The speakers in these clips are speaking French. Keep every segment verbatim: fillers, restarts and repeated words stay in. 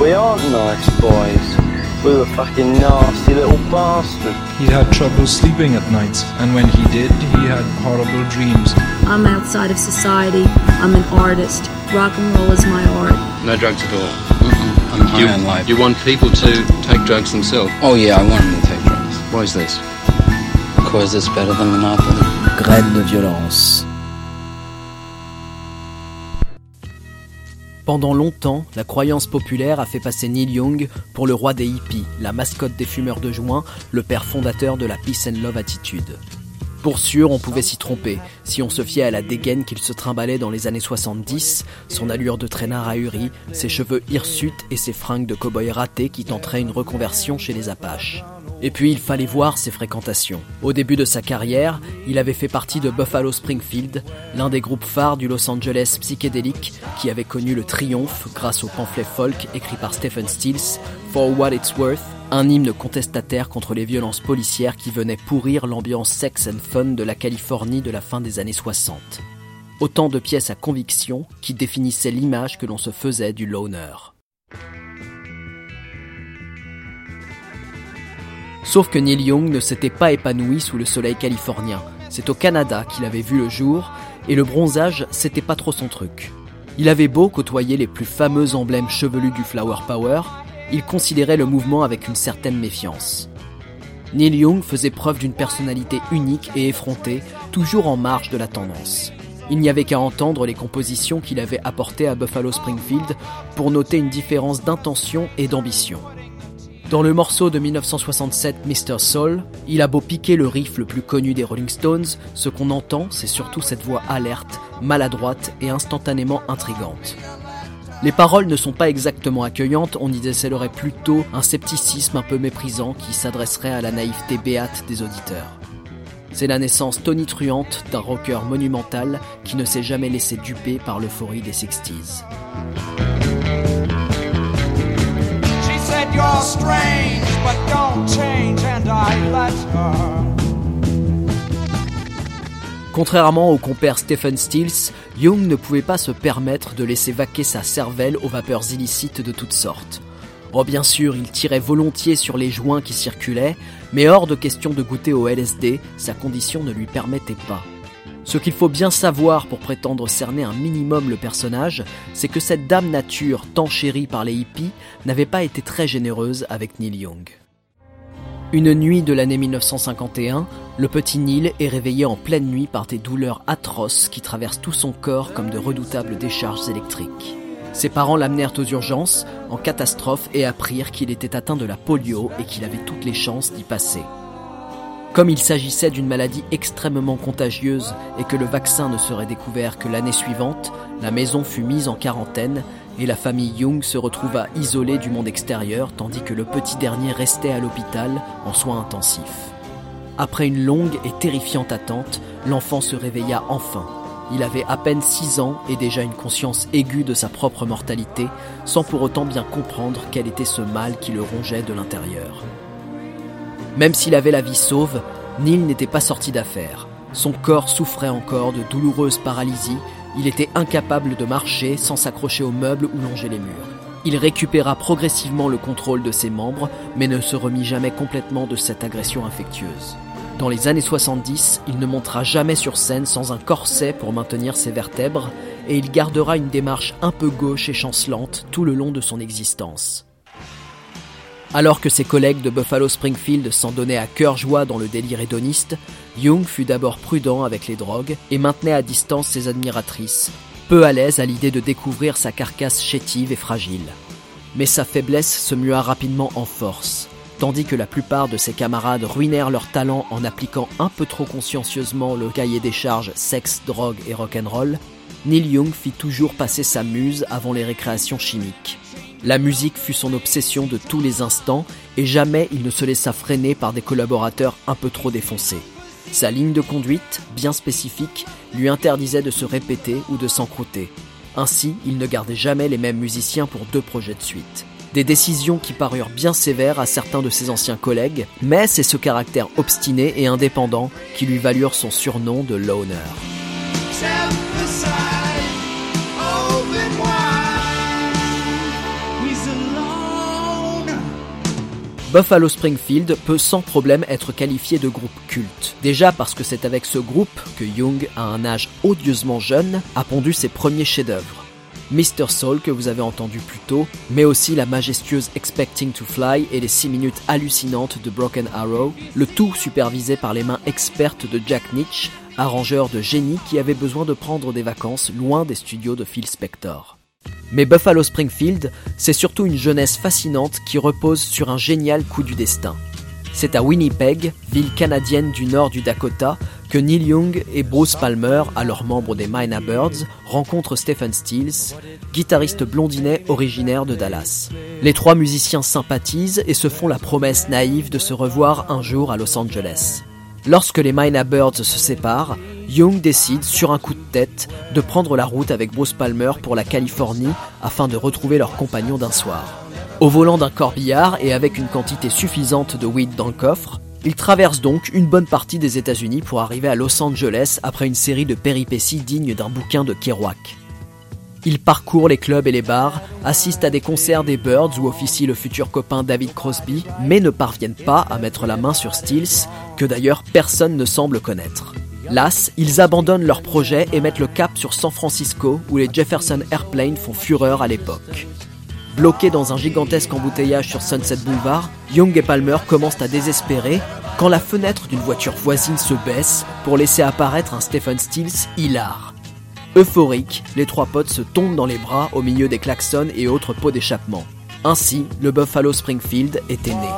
We aren't nice boys. We were fucking nasty little bastards. He had trouble sleeping at night, and when he did, he had horrible dreams. I'm outside of society. I'm an artist. Rock and roll is my art. No drugs at all? Mm-mm. I'm high you, on life. You want people to take drugs themselves? Oh yeah, I want them to take drugs. Why is this? Because it's better than Monopoly. Graines de violence. Pendant longtemps, la croyance populaire a fait passer Neil Young pour le roi des hippies, la mascotte des fumeurs de joint, le père fondateur de la peace and love attitude. Pour sûr, on pouvait s'y tromper, si on se fiait à la dégaine qu'il se trimballait dans les années soixante-dix, son allure de traînard ahuri, ses cheveux hirsutes et ses fringues de cow-boy ratés qui tenteraient une reconversion chez les Apaches. Et puis il fallait voir ses fréquentations. Au début de sa carrière, il avait fait partie de Buffalo Springfield, l'un des groupes phares du Los Angeles psychédélique qui avait connu le triomphe grâce au pamphlet folk écrit par Stephen Stills, For What It's Worth, un hymne contestataire contre les violences policières qui venaient pourrir l'ambiance sex and fun de la Californie de la fin des années soixante. Autant de pièces à conviction qui définissaient l'image que l'on se faisait du loner. Sauf que Neil Young ne s'était pas épanoui sous le soleil californien. C'est au Canada qu'il avait vu le jour, et le bronzage, c'était pas trop son truc. Il avait beau côtoyer les plus fameux emblèmes chevelus du Flower Power, il considérait le mouvement avec une certaine méfiance. Neil Young faisait preuve d'une personnalité unique et effrontée, toujours en marge de la tendance. Il n'y avait qu'à entendre les compositions qu'il avait apportées à Buffalo Springfield pour noter une différence d'intention et d'ambition. Dans le morceau de dix-neuf cent soixante-sept, mister Soul, il a beau piquer le riff le plus connu des Rolling Stones, ce qu'on entend, c'est surtout cette voix alerte, maladroite et instantanément intrigante. Les paroles ne sont pas exactement accueillantes, on y décèlerait plutôt un scepticisme un peu méprisant qui s'adresserait à la naïveté béate des auditeurs. C'est la naissance tonitruante d'un rocker monumental qui ne s'est jamais laissé duper par l'euphorie des sixties. You're strange, but don't change, and I let her. Contrairement au compère Stephen Stills, Young ne pouvait pas se permettre de laisser vaquer sa cervelle aux vapeurs illicites de toutes sortes. Oh bien sûr, il tirait volontiers sur les joints qui circulaient, mais hors de question de goûter au L S D, sa condition ne lui permettait pas. Ce qu'il faut bien savoir pour prétendre cerner un minimum le personnage, c'est que cette dame nature tant chérie par les hippies n'avait pas été très généreuse avec Neil Young. Une nuit de l'année dix-neuf cent cinquante et un, le petit Neil est réveillé en pleine nuit par des douleurs atroces qui traversent tout son corps comme de redoutables décharges électriques. Ses parents l'amenèrent aux urgences, en catastrophe, et apprirent qu'il était atteint de la polio et qu'il avait toutes les chances d'y passer. Comme il s'agissait d'une maladie extrêmement contagieuse et que le vaccin ne serait découvert que l'année suivante, la maison fut mise en quarantaine et la famille Young se retrouva isolée du monde extérieur tandis que le petit dernier restait à l'hôpital en soins intensifs. Après une longue et terrifiante attente, l'enfant se réveilla enfin. Il avait à peine six ans et déjà une conscience aiguë de sa propre mortalité, sans pour autant bien comprendre quel était ce mal qui le rongeait de l'intérieur. Même s'il avait la vie sauve, Neil n'était pas sorti d'affaire. Son corps souffrait encore de douloureuses paralysies, il était incapable de marcher sans s'accrocher aux meubles ou longer les murs. Il récupéra progressivement le contrôle de ses membres, mais ne se remit jamais complètement de cette agression infectieuse. Dans les années soixante-dix, il ne montera jamais sur scène sans un corset pour maintenir ses vertèbres, et il gardera une démarche un peu gauche et chancelante tout le long de son existence. Alors que ses collègues de Buffalo Springfield s'en donnaient à cœur joie dans le délire hédoniste, Young fut d'abord prudent avec les drogues et maintenait à distance ses admiratrices, peu à l'aise à l'idée de découvrir sa carcasse chétive et fragile. Mais sa faiblesse se mua rapidement en force. Tandis que la plupart de ses camarades ruinèrent leur talent en appliquant un peu trop consciencieusement le cahier des charges sexe, drogue et rock'n'roll, Neil Young fit toujours passer sa muse avant les récréations chimiques. La musique fut son obsession de tous les instants et jamais il ne se laissa freiner par des collaborateurs un peu trop défoncés. Sa ligne de conduite, bien spécifique, lui interdisait de se répéter ou de s'encrouter. Ainsi, il ne gardait jamais les mêmes musiciens pour deux projets de suite. Des décisions qui parurent bien sévères à certains de ses anciens collègues, mais c'est ce caractère obstiné et indépendant qui lui valurent son surnom de loner. He's a Buffalo Springfield peut sans problème être qualifié de groupe culte. Déjà parce que c'est avec ce groupe que Young, à un âge odieusement jeune, a pondu ses premiers chefs-d'œuvre. mister Soul que vous avez entendu plus tôt, mais aussi la majestueuse Expecting to Fly et les six minutes hallucinantes de Broken Arrow, le tout supervisé par les mains expertes de Jack Nitzsche, arrangeur de génie qui avait besoin de prendre des vacances loin des studios de Phil Spector. Mais Buffalo Springfield, c'est surtout une jeunesse fascinante qui repose sur un génial coup du destin. C'est à Winnipeg, ville canadienne du nord du Dakota, que Neil Young et Bruce Palmer, alors membres des Mynah Birds, rencontrent Stephen Stills, guitariste blondinet originaire de Dallas. Les trois musiciens sympathisent et se font la promesse naïve de se revoir un jour à Los Angeles. Lorsque les Mynah Birds se séparent, Young décide, sur un coup de tête, de prendre la route avec Bruce Palmer pour la Californie afin de retrouver leur compagnon d'un soir. Au volant d'un corbillard et avec une quantité suffisante de weed dans le coffre, ils traversent donc une bonne partie des États-Unis pour arriver à Los Angeles après une série de péripéties dignes d'un bouquin de Kerouac. Ils parcourent les clubs et les bars, assistent à des concerts des Birds où officie le futur copain David Crosby, mais ne parviennent pas à mettre la main sur Stills, que d'ailleurs personne ne semble connaître. Las, ils abandonnent leur projet et mettent le cap sur San Francisco, où les Jefferson Airplane font fureur à l'époque. Bloqués dans un gigantesque embouteillage sur Sunset Boulevard, Young et Palmer commencent à désespérer quand la fenêtre d'une voiture voisine se baisse pour laisser apparaître un Stephen Stills hilar. Euphoriques, les trois potes se tombent dans les bras au milieu des klaxons et autres pots d'échappement. Ainsi, le Buffalo Springfield était né.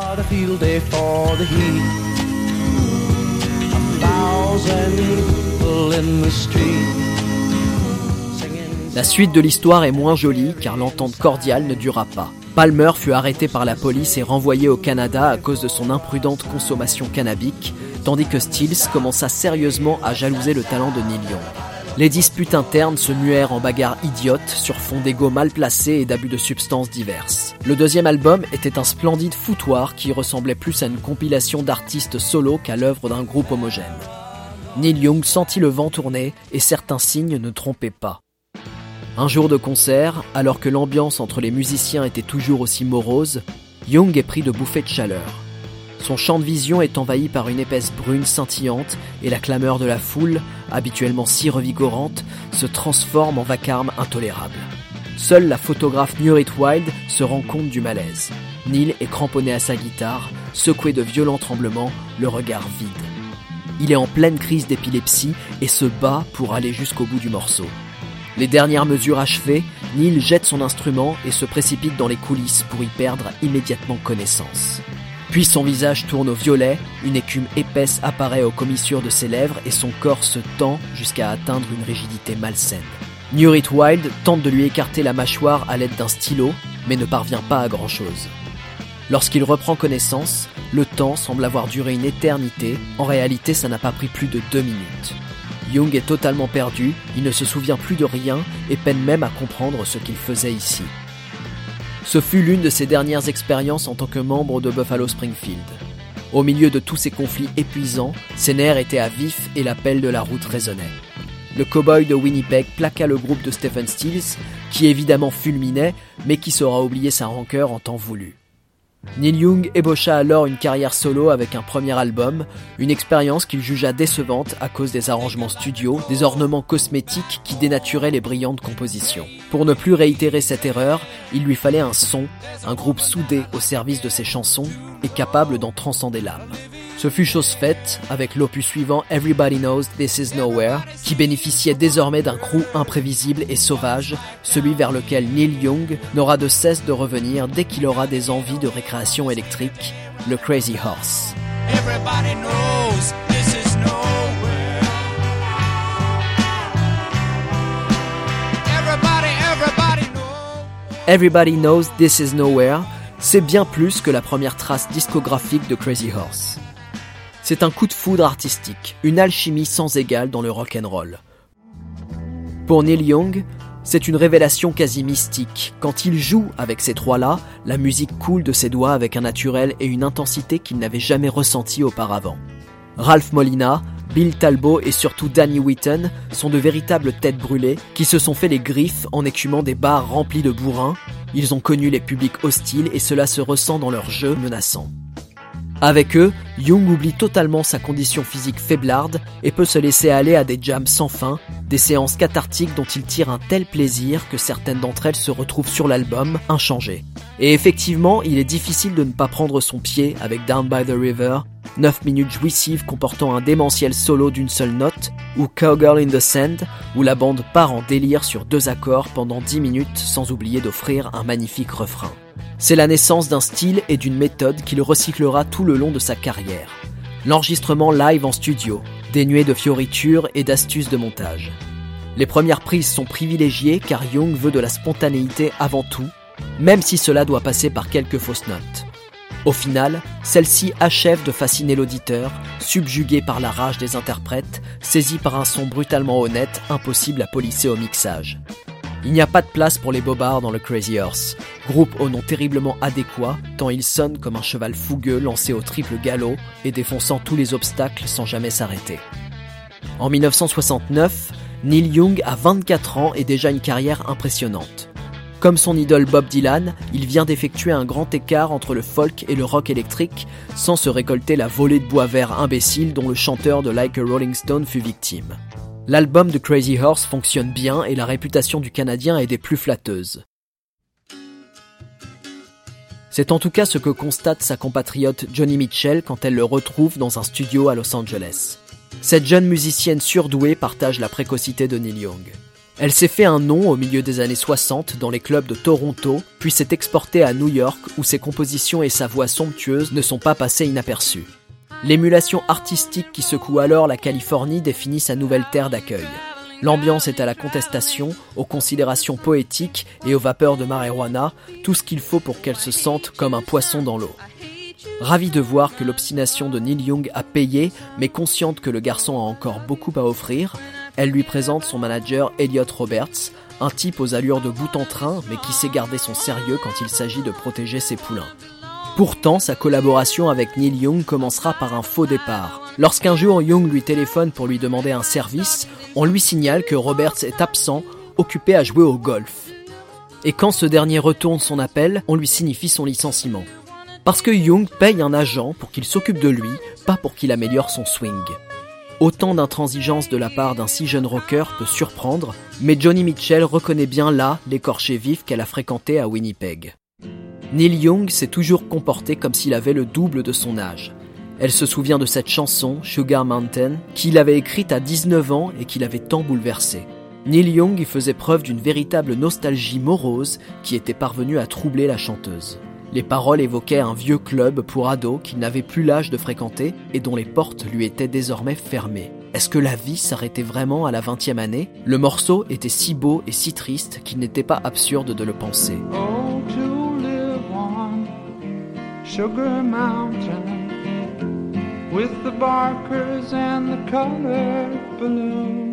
La suite de l'histoire est moins jolie car l'entente cordiale ne dura pas. Palmer fut arrêté par la police et renvoyé au Canada à cause de son imprudente consommation cannabique, tandis que Stills commença sérieusement à jalouser le talent de Neil Young. Les disputes internes se muèrent en bagarres idiotes sur fond d'ego mal placés et d'abus de substances diverses. Le deuxième album était un splendide foutoir qui ressemblait plus à une compilation d'artistes solos qu'à l'œuvre d'un groupe homogène. Neil Young sentit le vent tourner et certains signes ne trompaient pas. Un jour de concert, alors que l'ambiance entre les musiciens était toujours aussi morose, Young est pris de bouffées de chaleur. Son champ de vision est envahi par une épaisse brune scintillante et la clameur de la foule, habituellement si revigorante, se transforme en vacarme intolérable. Seule la photographe Nurit Wild se rend compte du malaise. Neil est cramponné à sa guitare, secoué de violents tremblements, le regard vide. Il est en pleine crise d'épilepsie et se bat pour aller jusqu'au bout du morceau. Les dernières mesures achevées, Neil jette son instrument et se précipite dans les coulisses pour y perdre immédiatement connaissance. Puis son visage tourne au violet, une écume épaisse apparaît aux commissures de ses lèvres et son corps se tend jusqu'à atteindre une rigidité malsaine. Nurit Wild tente de lui écarter la mâchoire à l'aide d'un stylo, mais ne parvient pas à grand-chose. Lorsqu'il reprend connaissance, le temps semble avoir duré une éternité, en réalité ça n'a pas pris plus de deux minutes. Young est totalement perdu, il ne se souvient plus de rien et peine même à comprendre ce qu'il faisait ici. Ce fut l'une de ses dernières expériences en tant que membre de Buffalo Springfield. Au milieu de tous ces conflits épuisants, ses nerfs étaient à vif et l'appel de la route résonnait. Le cow-boy de Winnipeg plaqua le groupe de Stephen Stills, qui évidemment fulminait, mais qui saura oublier sa rancœur en temps voulu. Neil Young ébaucha alors une carrière solo avec un premier album, une expérience qu'il jugea décevante à cause des arrangements studio, des ornements cosmétiques qui dénaturaient les brillantes compositions. Pour ne plus réitérer cette erreur, il lui fallait un son, un groupe soudé au service de ses chansons et capable d'en transcender l'âme. Ce fut chose faite avec l'opus suivant Everybody Knows This Is Nowhere, qui bénéficiait désormais d'un crew imprévisible et sauvage, celui vers lequel Neil Young n'aura de cesse de revenir dès qu'il aura des envies de récréation électrique, le Crazy Horse. Everybody knows this is nowhere. Everybody, everybody knows. Everybody Knows This Is Nowhere, c'est bien plus que la première trace discographique de Crazy Horse. C'est un coup de foudre artistique, une alchimie sans égale dans le rock'n'roll. Pour Neil Young, c'est une révélation quasi mystique. Quand il joue avec ces trois-là, la musique coule de ses doigts avec un naturel et une intensité qu'il n'avait jamais ressentie auparavant. Ralph Molina, Bill Talbot et surtout Danny Whitten sont de véritables têtes brûlées qui se sont fait les griffes en écumant des bars remplis de bourrins. Ils ont connu les publics hostiles et cela se ressent dans leur jeu menaçant. Avec eux, Young oublie totalement sa condition physique faiblarde et peut se laisser aller à des jams sans fin, des séances cathartiques dont il tire un tel plaisir que certaines d'entre elles se retrouvent sur l'album, inchangées. Et effectivement, il est difficile de ne pas prendre son pied avec Down by the River, neuf minutes jouissives comportant un démentiel solo d'une seule note, ou Cowgirl in the Sand, où la bande part en délire sur deux accords pendant dix minutes sans oublier d'offrir un magnifique refrain. C'est la naissance d'un style et d'une méthode qu'il recyclera tout le long de sa carrière. L'enregistrement live en studio, dénué de fioritures et d'astuces de montage. Les premières prises sont privilégiées car Young veut de la spontanéité avant tout, même si cela doit passer par quelques fausses notes. Au final, celle-ci achève de fasciner l'auditeur, subjugué par la rage des interprètes, saisi par un son brutalement honnête, impossible à polisser au mixage. Il n'y a pas de place pour les bobards dans le Crazy Horse, groupe au nom terriblement adéquat, tant il sonne comme un cheval fougueux lancé au triple galop et défonçant tous les obstacles sans jamais s'arrêter. En dix-neuf cent soixante-neuf, Neil Young a vingt-quatre ans et déjà une carrière impressionnante. Comme son idole Bob Dylan, il vient d'effectuer un grand écart entre le folk et le rock électrique, sans se récolter la volée de bois vert imbécile dont le chanteur de Like a Rolling Stone fut victime. L'album de Crazy Horse fonctionne bien et la réputation du Canadien est des plus flatteuses. C'est en tout cas ce que constate sa compatriote Joni Mitchell quand elle le retrouve dans un studio à Los Angeles. Cette jeune musicienne surdouée partage la précocité de Neil Young. Elle s'est fait un nom au milieu des années soixante dans les clubs de Toronto, puis s'est exportée à New York où ses compositions et sa voix somptueuse ne sont pas passées inaperçues. L'émulation artistique qui secoue alors la Californie définit sa nouvelle terre d'accueil. L'ambiance est à la contestation, aux considérations poétiques et aux vapeurs de marijuana, tout ce qu'il faut pour qu'elle se sente comme un poisson dans l'eau. Ravie de voir que l'obstination de Neil Young a payé, mais consciente que le garçon a encore beaucoup à offrir, elle lui présente son manager Elliot Roberts, un type aux allures de bout en train, mais qui sait garder son sérieux quand il s'agit de protéger ses poulains. Pourtant, sa collaboration avec Neil Young commencera par un faux départ. Lorsqu'un jour Young lui téléphone pour lui demander un service, on lui signale que Roberts est absent, occupé à jouer au golf. Et quand ce dernier retourne son appel, on lui signifie son licenciement. Parce que Young paye un agent pour qu'il s'occupe de lui, pas pour qu'il améliore son swing. Autant d'intransigeance de la part d'un si jeune rocker peut surprendre, mais Joni Mitchell reconnaît bien là l'écorché vif qu'elle a fréquenté à Winnipeg. Neil Young s'est toujours comporté comme s'il avait le double de son âge. Elle se souvient de cette chanson, Sugar Mountain, qu'il avait écrite à dix-neuf ans et qui l'avait tant bouleversé. Neil Young y faisait preuve d'une véritable nostalgie morose qui était parvenue à troubler la chanteuse. Les paroles évoquaient un vieux club pour ados qu'il n'avait plus l'âge de fréquenter et dont les portes lui étaient désormais fermées. Est-ce que la vie s'arrêtait vraiment à la vingtième année ? Le morceau était si beau et si triste qu'il n'était pas absurde de le penser. Oh, to live on Sugar Mountain with the barkers and the colored balloons.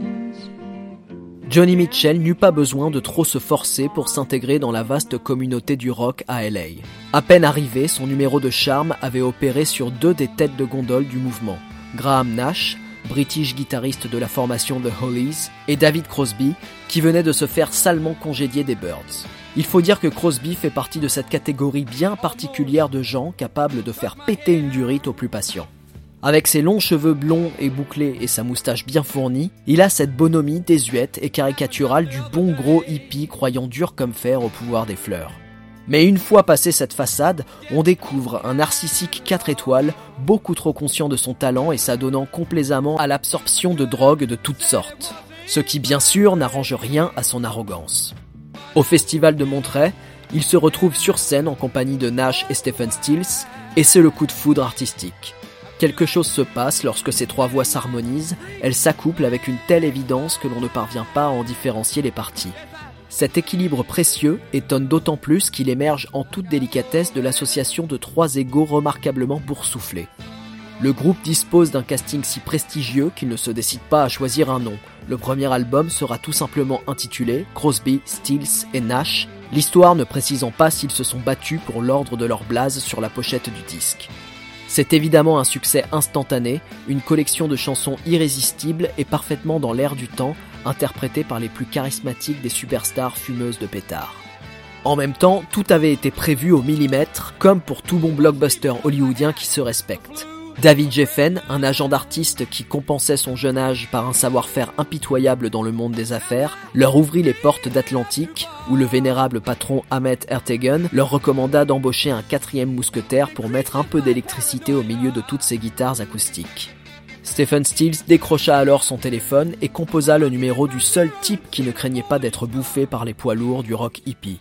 Joni Mitchell n'eut pas besoin de trop se forcer pour s'intégrer dans la vaste communauté du rock à L A. À peine arrivé, son numéro de charme avait opéré sur deux des têtes de gondole du mouvement. Graham Nash, british guitariste de la formation The Hollies, et David Crosby, qui venait de se faire salement congédier des Byrds. Il faut dire que Crosby fait partie de cette catégorie bien particulière de gens capables de faire péter une durite aux plus patients. Avec ses longs cheveux blonds et bouclés et sa moustache bien fournie, il a cette bonhomie désuète et caricaturale du bon gros hippie croyant dur comme fer au pouvoir des fleurs. Mais une fois passé cette façade, on découvre un narcissique quatre étoiles, beaucoup trop conscient de son talent et s'adonnant complaisamment à l'absorption de drogues de toutes sortes. Ce qui bien sûr n'arrange rien à son arrogance. Au festival de Monterey, il se retrouve sur scène en compagnie de Nash et Stephen Stills, et c'est le coup de foudre artistique. Quelque chose se passe lorsque ces trois voix s'harmonisent, elles s'accouplent avec une telle évidence que l'on ne parvient pas à en différencier les parties. Cet équilibre précieux étonne d'autant plus qu'il émerge en toute délicatesse de l'association de trois égos remarquablement boursouflés. Le groupe dispose d'un casting si prestigieux qu'il ne se décide pas à choisir un nom. Le premier album sera tout simplement intitulé Crosby, Stills et Nash, l'histoire ne précisant pas s'ils se sont battus pour l'ordre de leur blase sur la pochette du disque. C'est évidemment un succès instantané, une collection de chansons irrésistibles et parfaitement dans l'air du temps, interprétées par les plus charismatiques des superstars fumeuses de pétards. En même temps, tout avait été prévu au millimètre, comme pour tout bon blockbuster hollywoodien qui se respecte. David Geffen, un agent d'artiste qui compensait son jeune âge par un savoir-faire impitoyable dans le monde des affaires, leur ouvrit les portes d'Atlantique, où le vénérable patron Ahmet Ertegun leur recommanda d'embaucher un quatrième mousquetaire pour mettre un peu d'électricité au milieu de toutes ces guitares acoustiques. Stephen Stills décrocha alors son téléphone et composa le numéro du seul type qui ne craignait pas d'être bouffé par les poids lourds du rock hippie.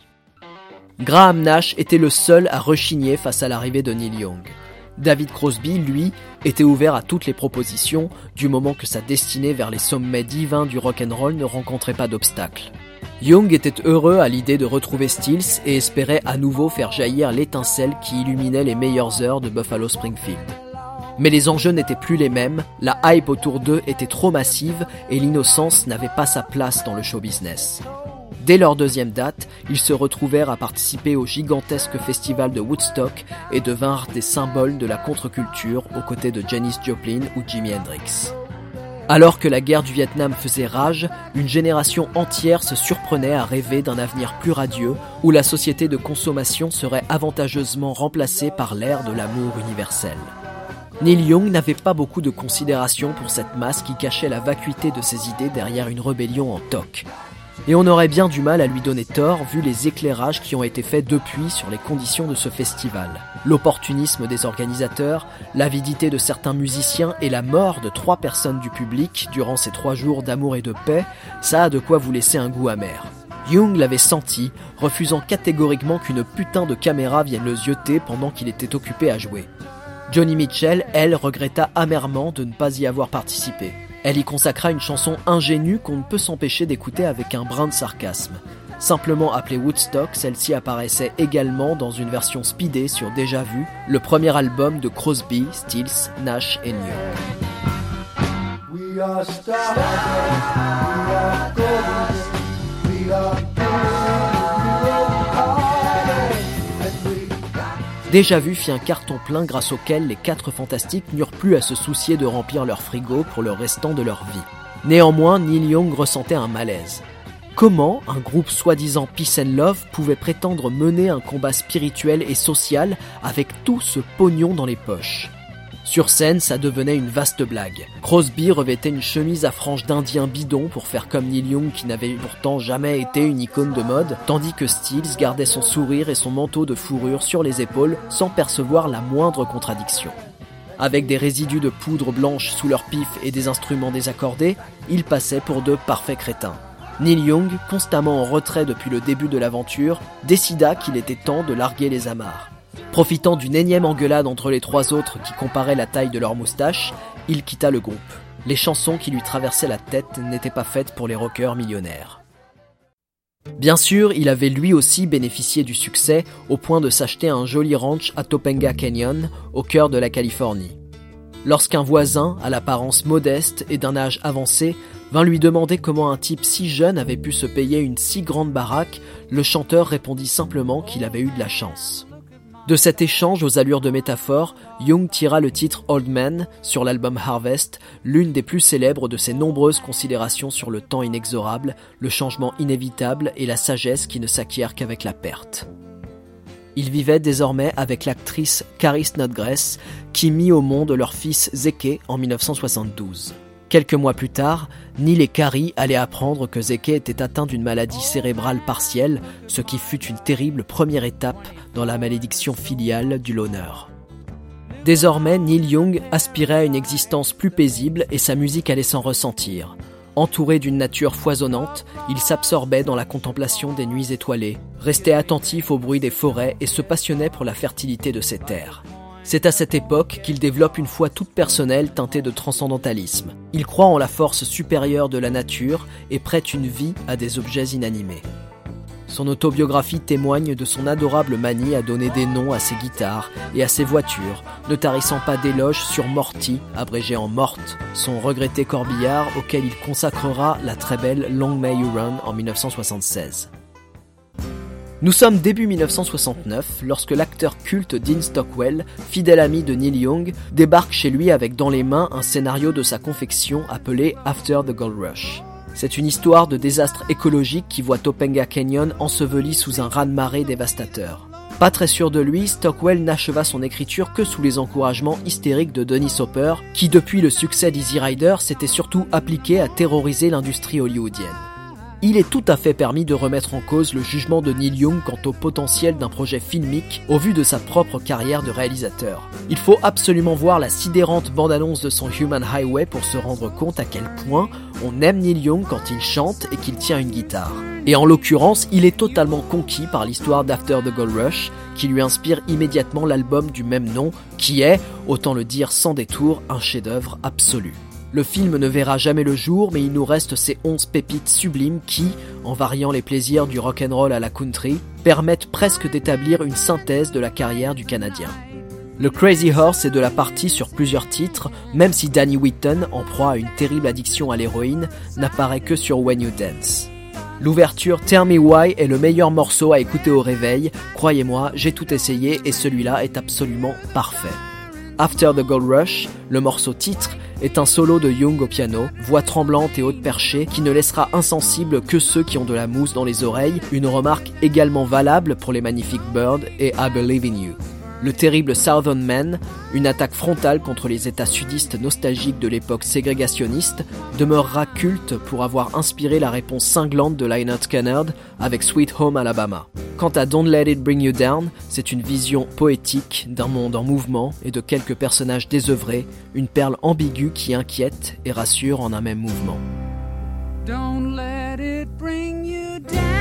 Graham Nash était le seul à rechigner face à l'arrivée de Neil Young. David Crosby, lui, était ouvert à toutes les propositions, du moment que sa destinée vers les sommets divins du rock'n'roll ne rencontrait pas d'obstacles. Young était heureux à l'idée de retrouver Stills et espérait à nouveau faire jaillir l'étincelle qui illuminait les meilleures heures de Buffalo Springfield. Mais les enjeux n'étaient plus les mêmes, la hype autour d'eux était trop massive et l'innocence n'avait pas sa place dans le show business. Dès leur deuxième date, ils se retrouvèrent à participer au gigantesque festival de Woodstock et devinrent des symboles de la contre-culture aux côtés de Janis Joplin ou Jimi Hendrix. Alors que la guerre du Vietnam faisait rage, une génération entière se surprenait à rêver d'un avenir plus radieux où la société de consommation serait avantageusement remplacée par l'ère de l'amour universel. Neil Young n'avait pas beaucoup de considération pour cette masse qui cachait la vacuité de ses idées derrière une rébellion en toc. Et on aurait bien du mal à lui donner tort vu les éclairages qui ont été faits depuis sur les conditions de ce festival. L'opportunisme des organisateurs, l'avidité de certains musiciens et la mort de trois personnes du public durant ces trois jours d'amour et de paix, ça a de quoi vous laisser un goût amer. Young l'avait senti, refusant catégoriquement qu'une putain de caméra vienne le zioter pendant qu'il était occupé à jouer. Joni Mitchell, elle, regretta amèrement de ne pas y avoir participé. Elle y consacra une chanson ingénue qu'on ne peut s'empêcher d'écouter avec un brin de sarcasme. Simplement appelée Woodstock, celle-ci apparaissait également dans une version speedée sur Déjà Vu, le premier album de Crosby, Stills, Nash et Young. We are stars, we are golden, we are Déjà Vu fit un carton plein grâce auquel les quatre fantastiques n'eurent plus à se soucier de remplir leur frigo pour le restant de leur vie. Néanmoins, Neil Young ressentait un malaise. Comment un groupe soi-disant Peace and Love pouvait prétendre mener un combat spirituel et social avec tout ce pognon dans les poches ? Sur scène, ça devenait une vaste blague. Crosby revêtait une chemise à franges d'Indien bidon pour faire comme Neil Young qui n'avait pourtant jamais été une icône de mode, tandis que Stills gardait son sourire et son manteau de fourrure sur les épaules sans percevoir la moindre contradiction. Avec des résidus de poudre blanche sous leur pif et des instruments désaccordés, ils passaient pour de parfaits crétins. Neil Young, constamment en retrait depuis le début de l'aventure, décida qu'il était temps de larguer les amarres. Profitant d'une énième engueulade entre les trois autres qui comparaient la taille de leurs moustaches, il quitta le groupe. Les chansons qui lui traversaient la tête n'étaient pas faites pour les rockers millionnaires. Bien sûr, il avait lui aussi bénéficié du succès au point de s'acheter un joli ranch à Topanga Canyon, au cœur de la Californie. Lorsqu'un voisin, à l'apparence modeste et d'un âge avancé, vint lui demander comment un type si jeune avait pu se payer une si grande baraque, le chanteur répondit simplement qu'il avait eu de la chance. De cet échange aux allures de métaphore, Young tira le titre Old Man sur l'album Harvest, l'une des plus célèbres de ses nombreuses considérations sur le temps inexorable, le changement inévitable et la sagesse qui ne s'acquiert qu'avec la perte. Il vivait désormais avec l'actrice Carrie Snodgrass, qui mit au monde leur fils Zeke en dix-neuf cent soixante-douze. Quelques mois plus tard, Neil et Carrie allaient apprendre que Zeke était atteint d'une maladie cérébrale partielle, ce qui fut une terrible première étape dans la malédiction filiale du loner. Désormais, Neil Young aspirait à une existence plus paisible et sa musique allait s'en ressentir. Entouré d'une nature foisonnante, il s'absorbait dans la contemplation des nuits étoilées, restait attentif au bruit des forêts et se passionnait pour la fertilité de ses terres. C'est à cette époque qu'il développe une foi toute personnelle teintée de transcendantalisme. Il croit en la force supérieure de la nature et prête une vie à des objets inanimés. Son autobiographie témoigne de son adorable manie à donner des noms à ses guitares et à ses voitures, ne tarissant pas d'éloges sur Morty, abrégé en Morte, son regretté corbillard auquel il consacrera la très belle Long May You Run en dix-neuf cent soixante-seize. Nous sommes début dix-neuf cent soixante-neuf lorsque l'acteur culte Dean Stockwell, fidèle ami de Neil Young, débarque chez lui avec dans les mains un scénario de sa confection appelé After the Gold Rush. C'est une histoire de désastre écologique qui voit Topanga Canyon enseveli sous un raz-de-marée dévastateur. Pas très sûr de lui, Stockwell n'acheva son écriture que sous les encouragements hystériques de Dennis Hopper, qui depuis le succès d'Easy Rider s'était surtout appliqué à terroriser l'industrie hollywoodienne. Il est tout à fait permis de remettre en cause le jugement de Neil Young quant au potentiel d'un projet filmique au vu de sa propre carrière de réalisateur. Il faut absolument voir la sidérante bande-annonce de son Human Highway pour se rendre compte à quel point on aime Neil Young quand il chante et qu'il tient une guitare. Et en l'occurrence, il est totalement conquis par l'histoire d'After the Gold Rush, qui lui inspire immédiatement l'album du même nom, qui est, autant le dire sans détour, un chef-d'œuvre absolu. Le film ne verra jamais le jour, mais il nous reste ces onze pépites sublimes qui, en variant les plaisirs du rock'n'roll à la country, permettent presque d'établir une synthèse de la carrière du Canadien. Le Crazy Horse est de la partie sur plusieurs titres, même si Danny Whitten, en proie à une terrible addiction à l'héroïne, n'apparaît que sur When You Dance. L'ouverture Tell Me Why est le meilleur morceau à écouter au réveil, croyez-moi, j'ai tout essayé et celui-là est absolument parfait. After the Gold Rush, le morceau titre, est un solo de Young au piano, voix tremblante et haute perchée qui ne laissera insensible que ceux qui ont de la mousse dans les oreilles, une remarque également valable pour les magnifiques Bird et I Believe in You. Le terrible Southern Man, une attaque frontale contre les États sudistes nostalgiques de l'époque ségrégationniste, demeurera culte pour avoir inspiré la réponse cinglante de Lynyrd Skynyrd avec Sweet Home Alabama. Quant à Don't Let It Bring You Down, c'est une vision poétique d'un monde en mouvement et de quelques personnages désœuvrés, une perle ambiguë qui inquiète et rassure en un même mouvement. Don't let it bring you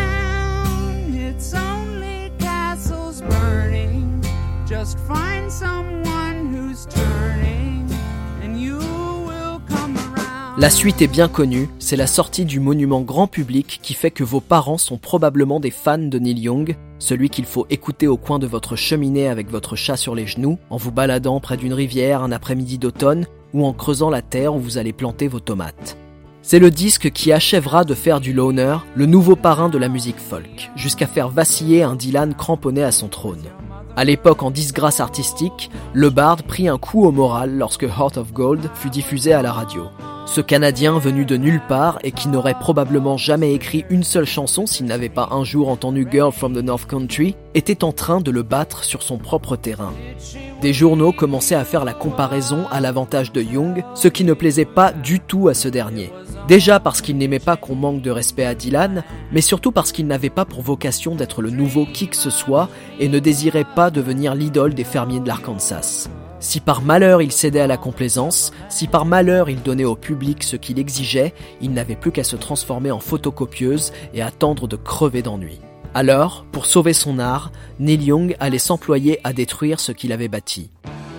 down. It's only castles burning. Just find someone who's turning and you will come around. La suite est bien connue, c'est la sortie du monument grand public qui fait que vos parents sont probablement des fans de Neil Young, celui qu'il faut écouter au coin de votre cheminée avec votre chat sur les genoux, en vous baladant près d'une rivière un après-midi d'automne ou en creusant la terre où vous allez planter vos tomates. C'est le disque qui achèvera de faire du Loner le nouveau parrain de la musique folk, jusqu'à faire vaciller un Dylan cramponné à son trône. À l'époque en disgrâce artistique, le Bard prit un coup au moral lorsque Heart of Gold fut diffusé à la radio. Ce Canadien venu de nulle part et qui n'aurait probablement jamais écrit une seule chanson s'il n'avait pas un jour entendu Girl from the North Country, était en train de le battre sur son propre terrain. Des journaux commençaient à faire la comparaison à l'avantage de Young, ce qui ne plaisait pas du tout à ce dernier. Déjà parce qu'il n'aimait pas qu'on manque de respect à Dylan, mais surtout parce qu'il n'avait pas pour vocation d'être le nouveau qui que ce soit et ne désirait pas devenir l'idole des fermiers de l'Arkansas. Si par malheur il cédait à la complaisance, si par malheur il donnait au public ce qu'il exigeait, il n'avait plus qu'à se transformer en photocopieuse et attendre de crever d'ennui. Alors, pour sauver son art, Neil Young allait s'employer à détruire ce qu'il avait bâti.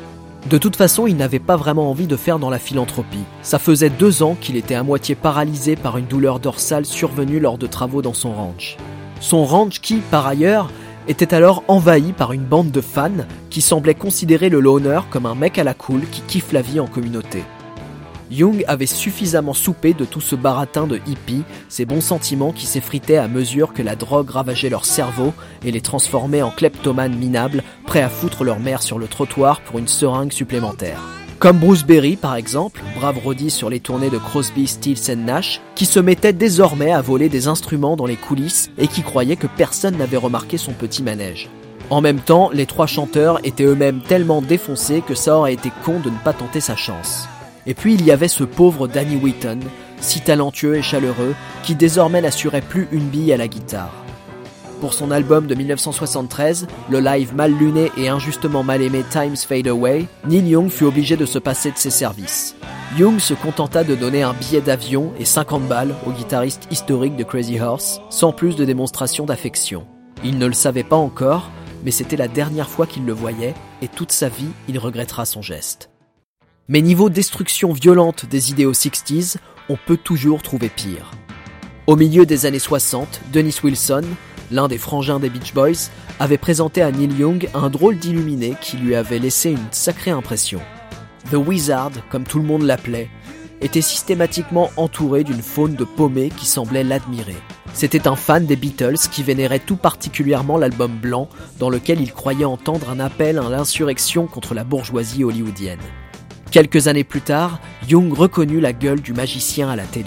De toute façon, il n'avait pas vraiment envie de faire dans la philanthropie. Ça faisait deux ans qu'il était à moitié paralysé par une douleur dorsale survenue lors de travaux dans son ranch. Son ranch qui, par ailleurs, était alors envahi par une bande de fans qui semblaient considérer le loner comme un mec à la cool qui kiffe la vie en communauté. Young avait suffisamment soupé de tout ce baratin de hippies, ces bons sentiments qui s'effritaient à mesure que la drogue ravageait leur cerveau et les transformait en kleptomanes minables, prêts à foutre leur mère sur le trottoir pour une seringue supplémentaire. Comme Bruce Berry par exemple, brave roadie sur les tournées de Crosby, Stills and Nash, qui se mettait désormais à voler des instruments dans les coulisses et qui croyait que personne n'avait remarqué son petit manège. En même temps, les trois chanteurs étaient eux-mêmes tellement défoncés que ça aurait été con de ne pas tenter sa chance. Et puis il y avait ce pauvre Danny Whitten, si talentueux et chaleureux, qui désormais n'assurait plus une bille à la guitare. Pour son album de dix-neuf cent soixante-treize, le live mal luné et injustement mal aimé Times Fade Away, Neil Young fut obligé de se passer de ses services. Young se contenta de donner un billet d'avion et cinquante balles au guitariste historique de Crazy Horse, sans plus de démonstration d'affection. Il ne le savait pas encore, mais c'était la dernière fois qu'il le voyait, et toute sa vie, il regrettera son geste. Mais niveau destruction violente des idéaux sixties, on peut toujours trouver pire. Au milieu des années soixante, Dennis Wilson, l'un des frangins des Beach Boys, avait présenté à Neil Young un drôle d'illuminé qui lui avait laissé une sacrée impression. The Wizard, comme tout le monde l'appelait, était systématiquement entouré d'une faune de paumés qui semblait l'admirer. C'était un fan des Beatles qui vénérait tout particulièrement l'album blanc, dans lequel il croyait entendre un appel à l'insurrection contre la bourgeoisie hollywoodienne. Quelques années plus tard, Young reconnut la gueule du magicien à la télé.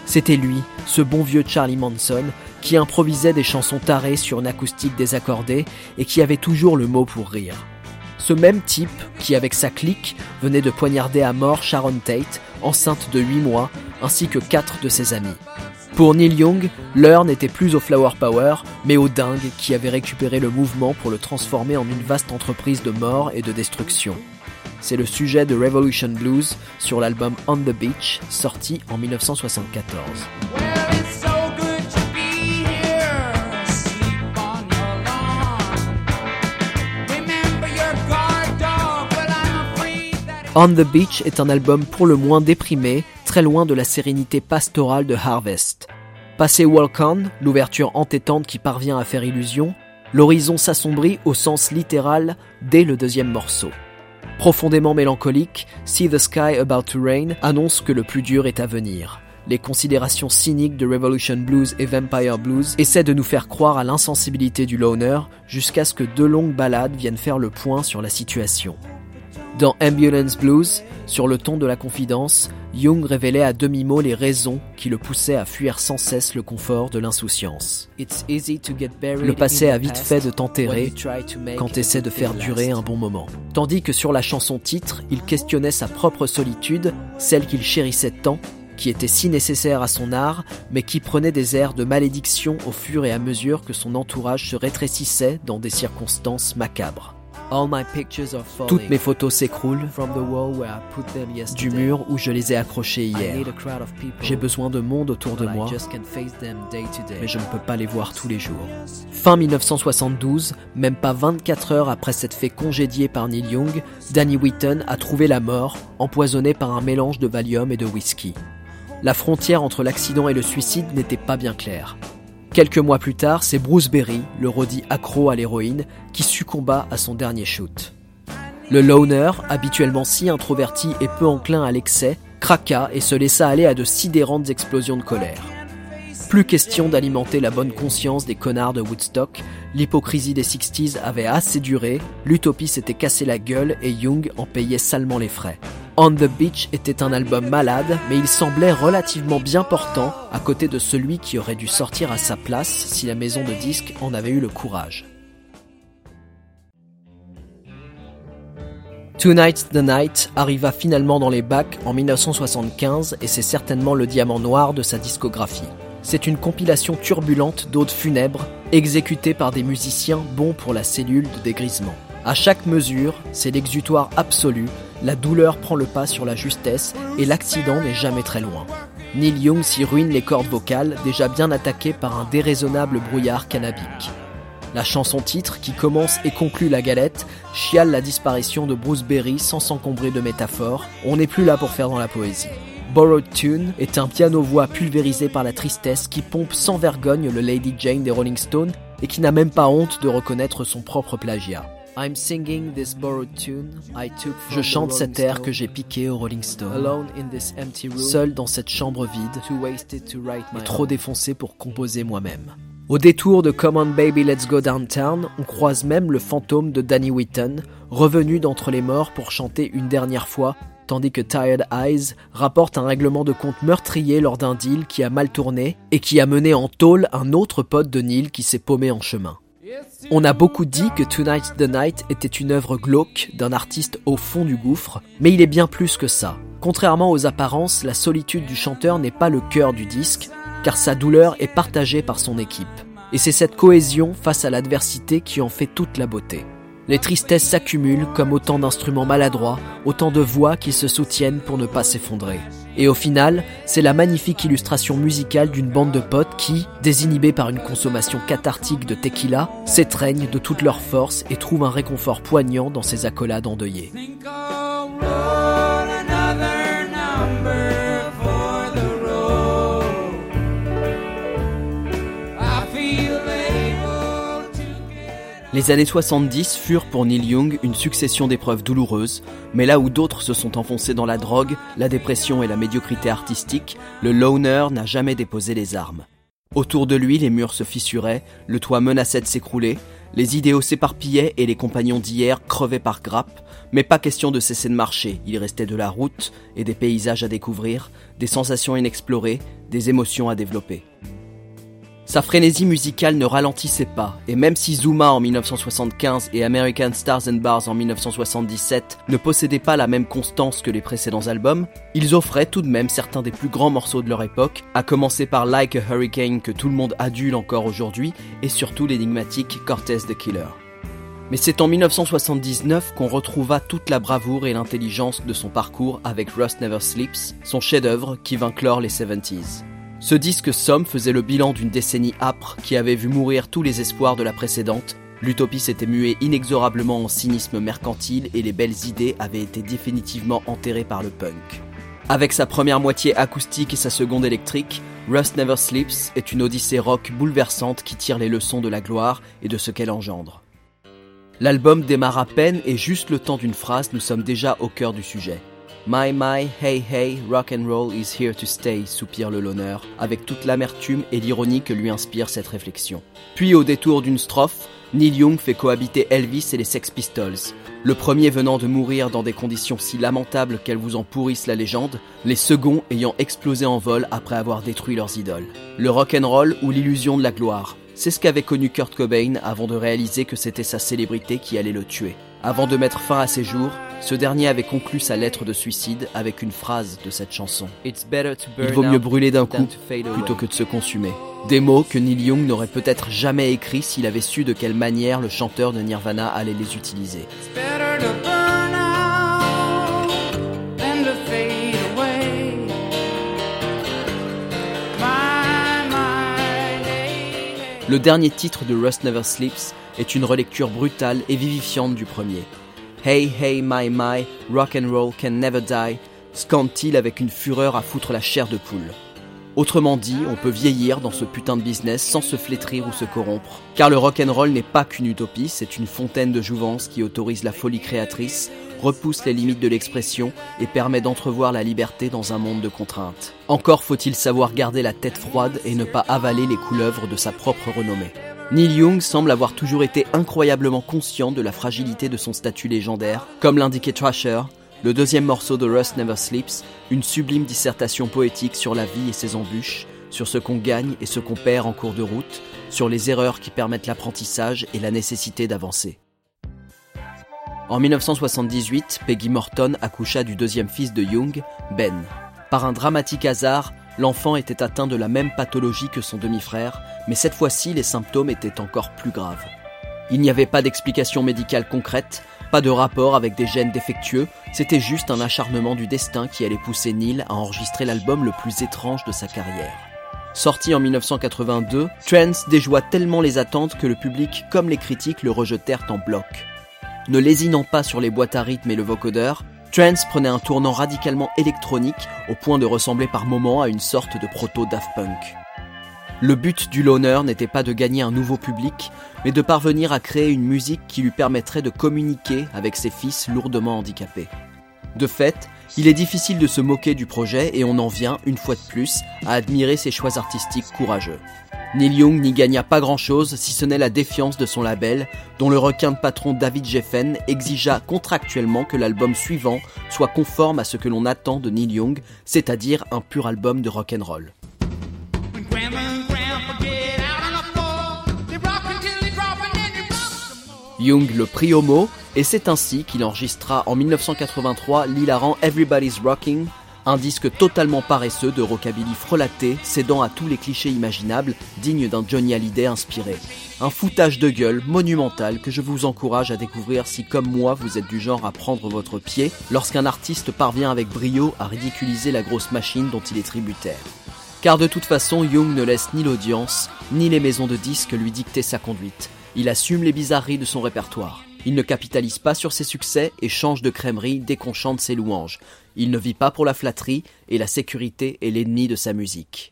C'était lui, ce bon vieux Charlie Manson, qui improvisait des chansons tarées sur une acoustique désaccordée et qui avait toujours le mot pour rire. Ce même type qui, avec sa clique, venait de poignarder à mort Sharon Tate, enceinte de huit mois, ainsi que quatre de ses amis. Pour Neil Young, l'heure n'était plus au flower power, mais au dingue qui avait récupéré le mouvement pour le transformer en une vaste entreprise de mort et de destruction. C'est le sujet de Revolution Blues sur l'album On the Beach, sorti en dix-neuf cent soixante-quatorze. On the Beach est un album pour le moins déprimé, très loin de la sérénité pastorale de Harvest. Passé Walk On, l'ouverture entêtante qui parvient à faire illusion, l'horizon s'assombrit au sens littéral dès le deuxième morceau. Profondément mélancolique, See the Sky About to Rain annonce que le plus dur est à venir. Les considérations cyniques de Revolution Blues et Vampire Blues essaient de nous faire croire à l'insensibilité du loner jusqu'à ce que deux longues ballades viennent faire le point sur la situation. Dans Ambulance Blues, sur le ton de la confidence, Young révélait à demi-mot les raisons qui le poussaient à fuir sans cesse le confort de l'insouciance. Le passé a vite fait de t'enterrer quand t'essaies de faire durer un bon moment. Tandis que sur la chanson titre, il questionnait sa propre solitude, celle qu'il chérissait tant, qui était si nécessaire à son art, mais qui prenait des airs de malédiction au fur et à mesure que son entourage se rétrécissait dans des circonstances macabres. Toutes mes photos s'écroulent du mur où je les ai accrochées hier. J'ai besoin de monde autour de moi, mais je ne peux pas les voir tous les jours. Fin dix-neuf cent soixante-douze, même pas vingt-quatre heures après s'être fait congédier par Neil Young, Danny Whitten a trouvé la mort, empoisonné par un mélange de Valium et de whisky. La frontière entre l'accident et le suicide n'était pas bien claire. Quelques mois plus tard, c'est Bruce Berry, le roadie accro à l'héroïne, qui succomba à son dernier shoot. Le loner, habituellement si introverti et peu enclin à l'excès, craqua et se laissa aller à de sidérantes explosions de colère. Plus question d'alimenter la bonne conscience des connards de Woodstock, l'hypocrisie des sixties avait assez duré, l'utopie s'était cassé la gueule et Young en payait salement les frais. On the Beach était un album malade, mais il semblait relativement bien portant à côté de celui qui aurait dû sortir à sa place si la maison de disques en avait eu le courage. Tonight's the Night arriva finalement dans les bacs en dix-neuf cent soixante-quinze et c'est certainement le diamant noir de sa discographie. C'est une compilation turbulente d'odes funèbres, exécutée par des musiciens bons pour la cellule de dégrisement. À chaque mesure, c'est l'exutoire absolu, la douleur prend le pas sur la justesse et l'accident n'est jamais très loin. Neil Young s'y ruine les cordes vocales, déjà bien attaquées par un déraisonnable brouillard cannabique. La chanson-titre, qui commence et conclut la galette, chiale la disparition de Bruce Berry sans s'encombrer de métaphores, on n'est plus là pour faire dans la poésie. Borrowed Tune est un piano-voix pulvérisé par la tristesse qui pompe sans vergogne le Lady Jane des Rolling Stones et qui n'a même pas honte de reconnaître son propre plagiat. I'm singing this borrowed tune I took Je chante cet air que j'ai piqué aux Rolling Stones. Alone in this empty room, seul dans cette chambre vide, too wasted to write my et trop défoncé pour composer moi-même. Au détour de Come on Baby Let's Go Downtown, on croise même le fantôme de Danny Whitten, revenu d'entre les morts pour chanter une dernière fois, tandis que Tired Eyes rapporte un règlement de compte meurtrier lors d'un deal qui a mal tourné et qui a mené en tôle un autre pote de Neil qui s'est paumé en chemin. On a beaucoup dit que Tonight's the Night était une œuvre glauque d'un artiste au fond du gouffre, mais il est bien plus que ça. Contrairement aux apparences, la solitude du chanteur n'est pas le cœur du disque, car sa douleur est partagée par son équipe. Et c'est cette cohésion face à l'adversité qui en fait toute la beauté. Les tristesses s'accumulent comme autant d'instruments maladroits, autant de voix qui se soutiennent pour ne pas s'effondrer. Et au final, c'est la magnifique illustration musicale d'une bande de potes qui, désinhibés par une consommation cathartique de tequila, s'étreignent de toute leur force et trouvent un réconfort poignant dans ces accolades endeuillées. Les années soixante-dix furent pour Neil Young une succession d'épreuves douloureuses, mais là où d'autres se sont enfoncés dans la drogue, la dépression et la médiocrité artistique, le loner n'a jamais déposé les armes. Autour de lui, les murs se fissuraient, le toit menaçait de s'écrouler, Les idéaux s'éparpillaient et les compagnons d'hier crevaient par grappes, mais pas question de cesser de marcher. Il restait de la route et des paysages à découvrir, des sensations inexplorées, des émotions à développer. Sa frénésie musicale ne ralentissait pas, et même si Zuma en dix-neuf cent soixante-quinze et American Stars and Bars en dix-neuf cent soixante-dix-sept ne possédaient pas la même constance que les précédents albums, ils offraient tout de même certains des plus grands morceaux de leur époque, à commencer par Like a Hurricane que tout le monde adule encore aujourd'hui, et surtout l'énigmatique Cortez the Killer. Mais c'est en dix-neuf cent soixante-dix-neuf qu'on retrouva toute la bravoure et l'intelligence de son parcours avec Rust Never Sleeps, son chef-d'œuvre qui vint clore les soixante-dix. Ce disque somme faisait le bilan d'une décennie âpre qui avait vu mourir tous les espoirs de la précédente. L'utopie s'était muée inexorablement en cynisme mercantile et les belles idées avaient été définitivement enterrées par le punk. Avec sa première moitié acoustique et sa seconde électrique, Rust Never Sleeps est une odyssée rock bouleversante qui tire les leçons de la gloire et de ce qu'elle engendre. L'album démarre à peine et juste le temps d'une phrase, nous sommes déjà au cœur du sujet. My my, hey hey, rock and roll is here to stay, soupire le loner, avec toute l'amertume et l'ironie que lui inspire cette réflexion. Puis au détour d'une strophe, Neil Young fait cohabiter Elvis et les Sex Pistols. Le premier venant de mourir dans des conditions si lamentables qu'elles vous en pourrissent la légende, les seconds ayant explosé en vol après avoir détruit leurs idoles. Le rock and roll ou l'illusion de la gloire. C'est ce qu'avait connu Kurt Cobain avant de réaliser que c'était sa célébrité qui allait le tuer. Avant de mettre fin à ses jours, ce dernier avait conclu sa lettre de suicide avec une phrase de cette chanson. Il vaut mieux brûler d'un coup plutôt que de se consumer. Des mots que Neil Young n'aurait peut-être jamais écrits s'il avait su de quelle manière le chanteur de Nirvana allait les utiliser. Le dernier titre de Rust Never Sleeps est une relecture brutale et vivifiante du premier. Hey hey my my, rock and roll can never die, scande-t-il avec une fureur à foutre la chair de poule. Autrement dit, on peut vieillir dans ce putain de business sans se flétrir ou se corrompre. Car le rock'n'roll n'est pas qu'une utopie, c'est une fontaine de jouvence qui autorise la folie créatrice, repousse les limites de l'expression et permet d'entrevoir la liberté dans un monde de contraintes. Encore faut-il savoir garder la tête froide et ne pas avaler les couleuvres de sa propre renommée. Neil Young semble avoir toujours été incroyablement conscient de la fragilité de son statut légendaire, comme l'indiquait Thrasher, le deuxième morceau de Rust Never Sleeps, une sublime dissertation poétique sur la vie et ses embûches, sur ce qu'on gagne et ce qu'on perd en cours de route, sur les erreurs qui permettent l'apprentissage et la nécessité d'avancer. En dix-neuf cent soixante-dix-huit, Peggy Morton accoucha du deuxième fils de Young, Ben. Par un dramatique hasard, l'enfant était atteint de la même pathologie que son demi-frère, mais cette fois-ci, les symptômes étaient encore plus graves. Il n'y avait pas d'explication médicale concrète, pas de rapport avec des gènes défectueux, c'était juste un acharnement du destin qui allait pousser Neil à enregistrer l'album le plus étrange de sa carrière. Sorti en dix-neuf cent quatre-vingt-deux, Trance déjoua tellement les attentes que le public comme les critiques le rejetèrent en bloc. Ne lésinant pas sur les boîtes à rythme et le vocodeur, Trance prenait un tournant radicalement électronique au point de ressembler par moments à une sorte de proto-Daft Punk. Le but du loner n'était pas de gagner un nouveau public, mais de parvenir à créer une musique qui lui permettrait de communiquer avec ses fils lourdement handicapés. De fait, il est difficile de se moquer du projet et on en vient, une fois de plus, à admirer ses choix artistiques courageux. Neil Young n'y gagna pas grand-chose si ce n'est la défiance de son label, dont le requin de patron David Geffen exigea contractuellement que l'album suivant soit conforme à ce que l'on attend de Neil Young, c'est-à-dire un pur album de rock'n'roll. Young le prit au mot, et c'est ainsi qu'il enregistra en dix-neuf cent quatre-vingt-trois l'hilarant Everybody's Rocking, un disque totalement paresseux de rockabilly frelaté, cédant à tous les clichés imaginables, digne d'un Johnny Hallyday inspiré. Un foutage de gueule monumental que je vous encourage à découvrir si, comme moi, vous êtes du genre à prendre votre pied lorsqu'un artiste parvient avec brio à ridiculiser la grosse machine dont il est tributaire. Car de toute façon, Young ne laisse ni l'audience, ni les maisons de disques lui dicter sa conduite. Il assume les bizarreries de son répertoire. Il ne capitalise pas sur ses succès et change de crèmerie dès qu'on chante ses louanges. Il ne vit pas pour la flatterie et la sécurité est l'ennemi de sa musique.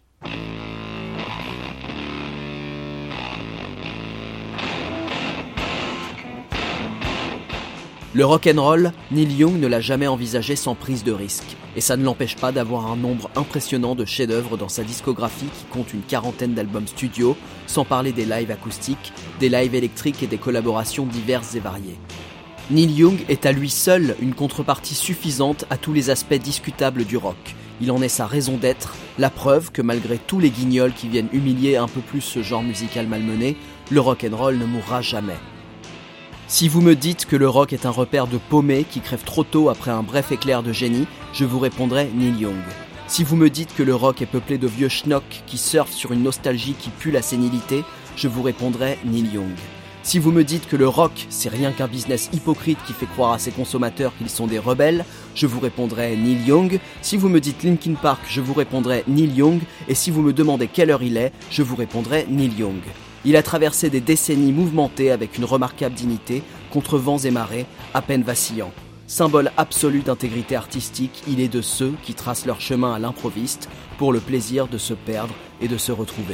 Le rock'n'roll, Neil Young ne l'a jamais envisagé sans prise de risque. Et ça ne l'empêche pas d'avoir un nombre impressionnant de chefs-d'œuvre dans sa discographie qui compte une quarantaine d'albums studio, sans parler des lives acoustiques, des lives électriques et des collaborations diverses et variées. Neil Young est à lui seul une contrepartie suffisante à tous les aspects discutables du rock. Il en est sa raison d'être, la preuve que malgré tous les guignols qui viennent humilier un peu plus ce genre musical malmené, le rock'n'roll ne mourra jamais. Si vous me dites que le rock est un repère de paumés qui crèvent trop tôt après un bref éclair de génie, je vous répondrai Neil Young. Si vous me dites que le rock est peuplé de vieux schnocks qui surfent sur une nostalgie qui pue la sénilité, je vous répondrai Neil Young. Si vous me dites que le rock, c'est rien qu'un business hypocrite qui fait croire à ses consommateurs qu'ils sont des rebelles, je vous répondrai Neil Young. Si vous me dites Linkin Park, je vous répondrai Neil Young. Et si vous me demandez quelle heure il est, je vous répondrai Neil Young. Il a traversé des décennies mouvementées avec une remarquable dignité, contre vents et marées, à peine vacillant. Symbole absolu d'intégrité artistique, il est de ceux qui tracent leur chemin à l'improviste pour le plaisir de se perdre et de se retrouver.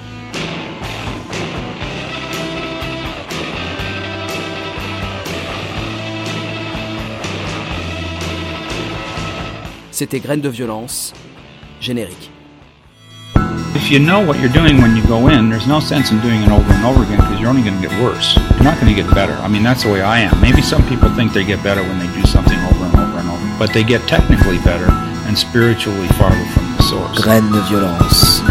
C'était Graines de Violence, générique. If you know what you're doing when you go in, there's no sense in doing it over and over again because you're only going to get worse. You're not going to get better. I mean, that's the way I am. Maybe some people think they get better when they do something over and over and over, but they get technically better and spiritually farther from the source. Graines de Violence.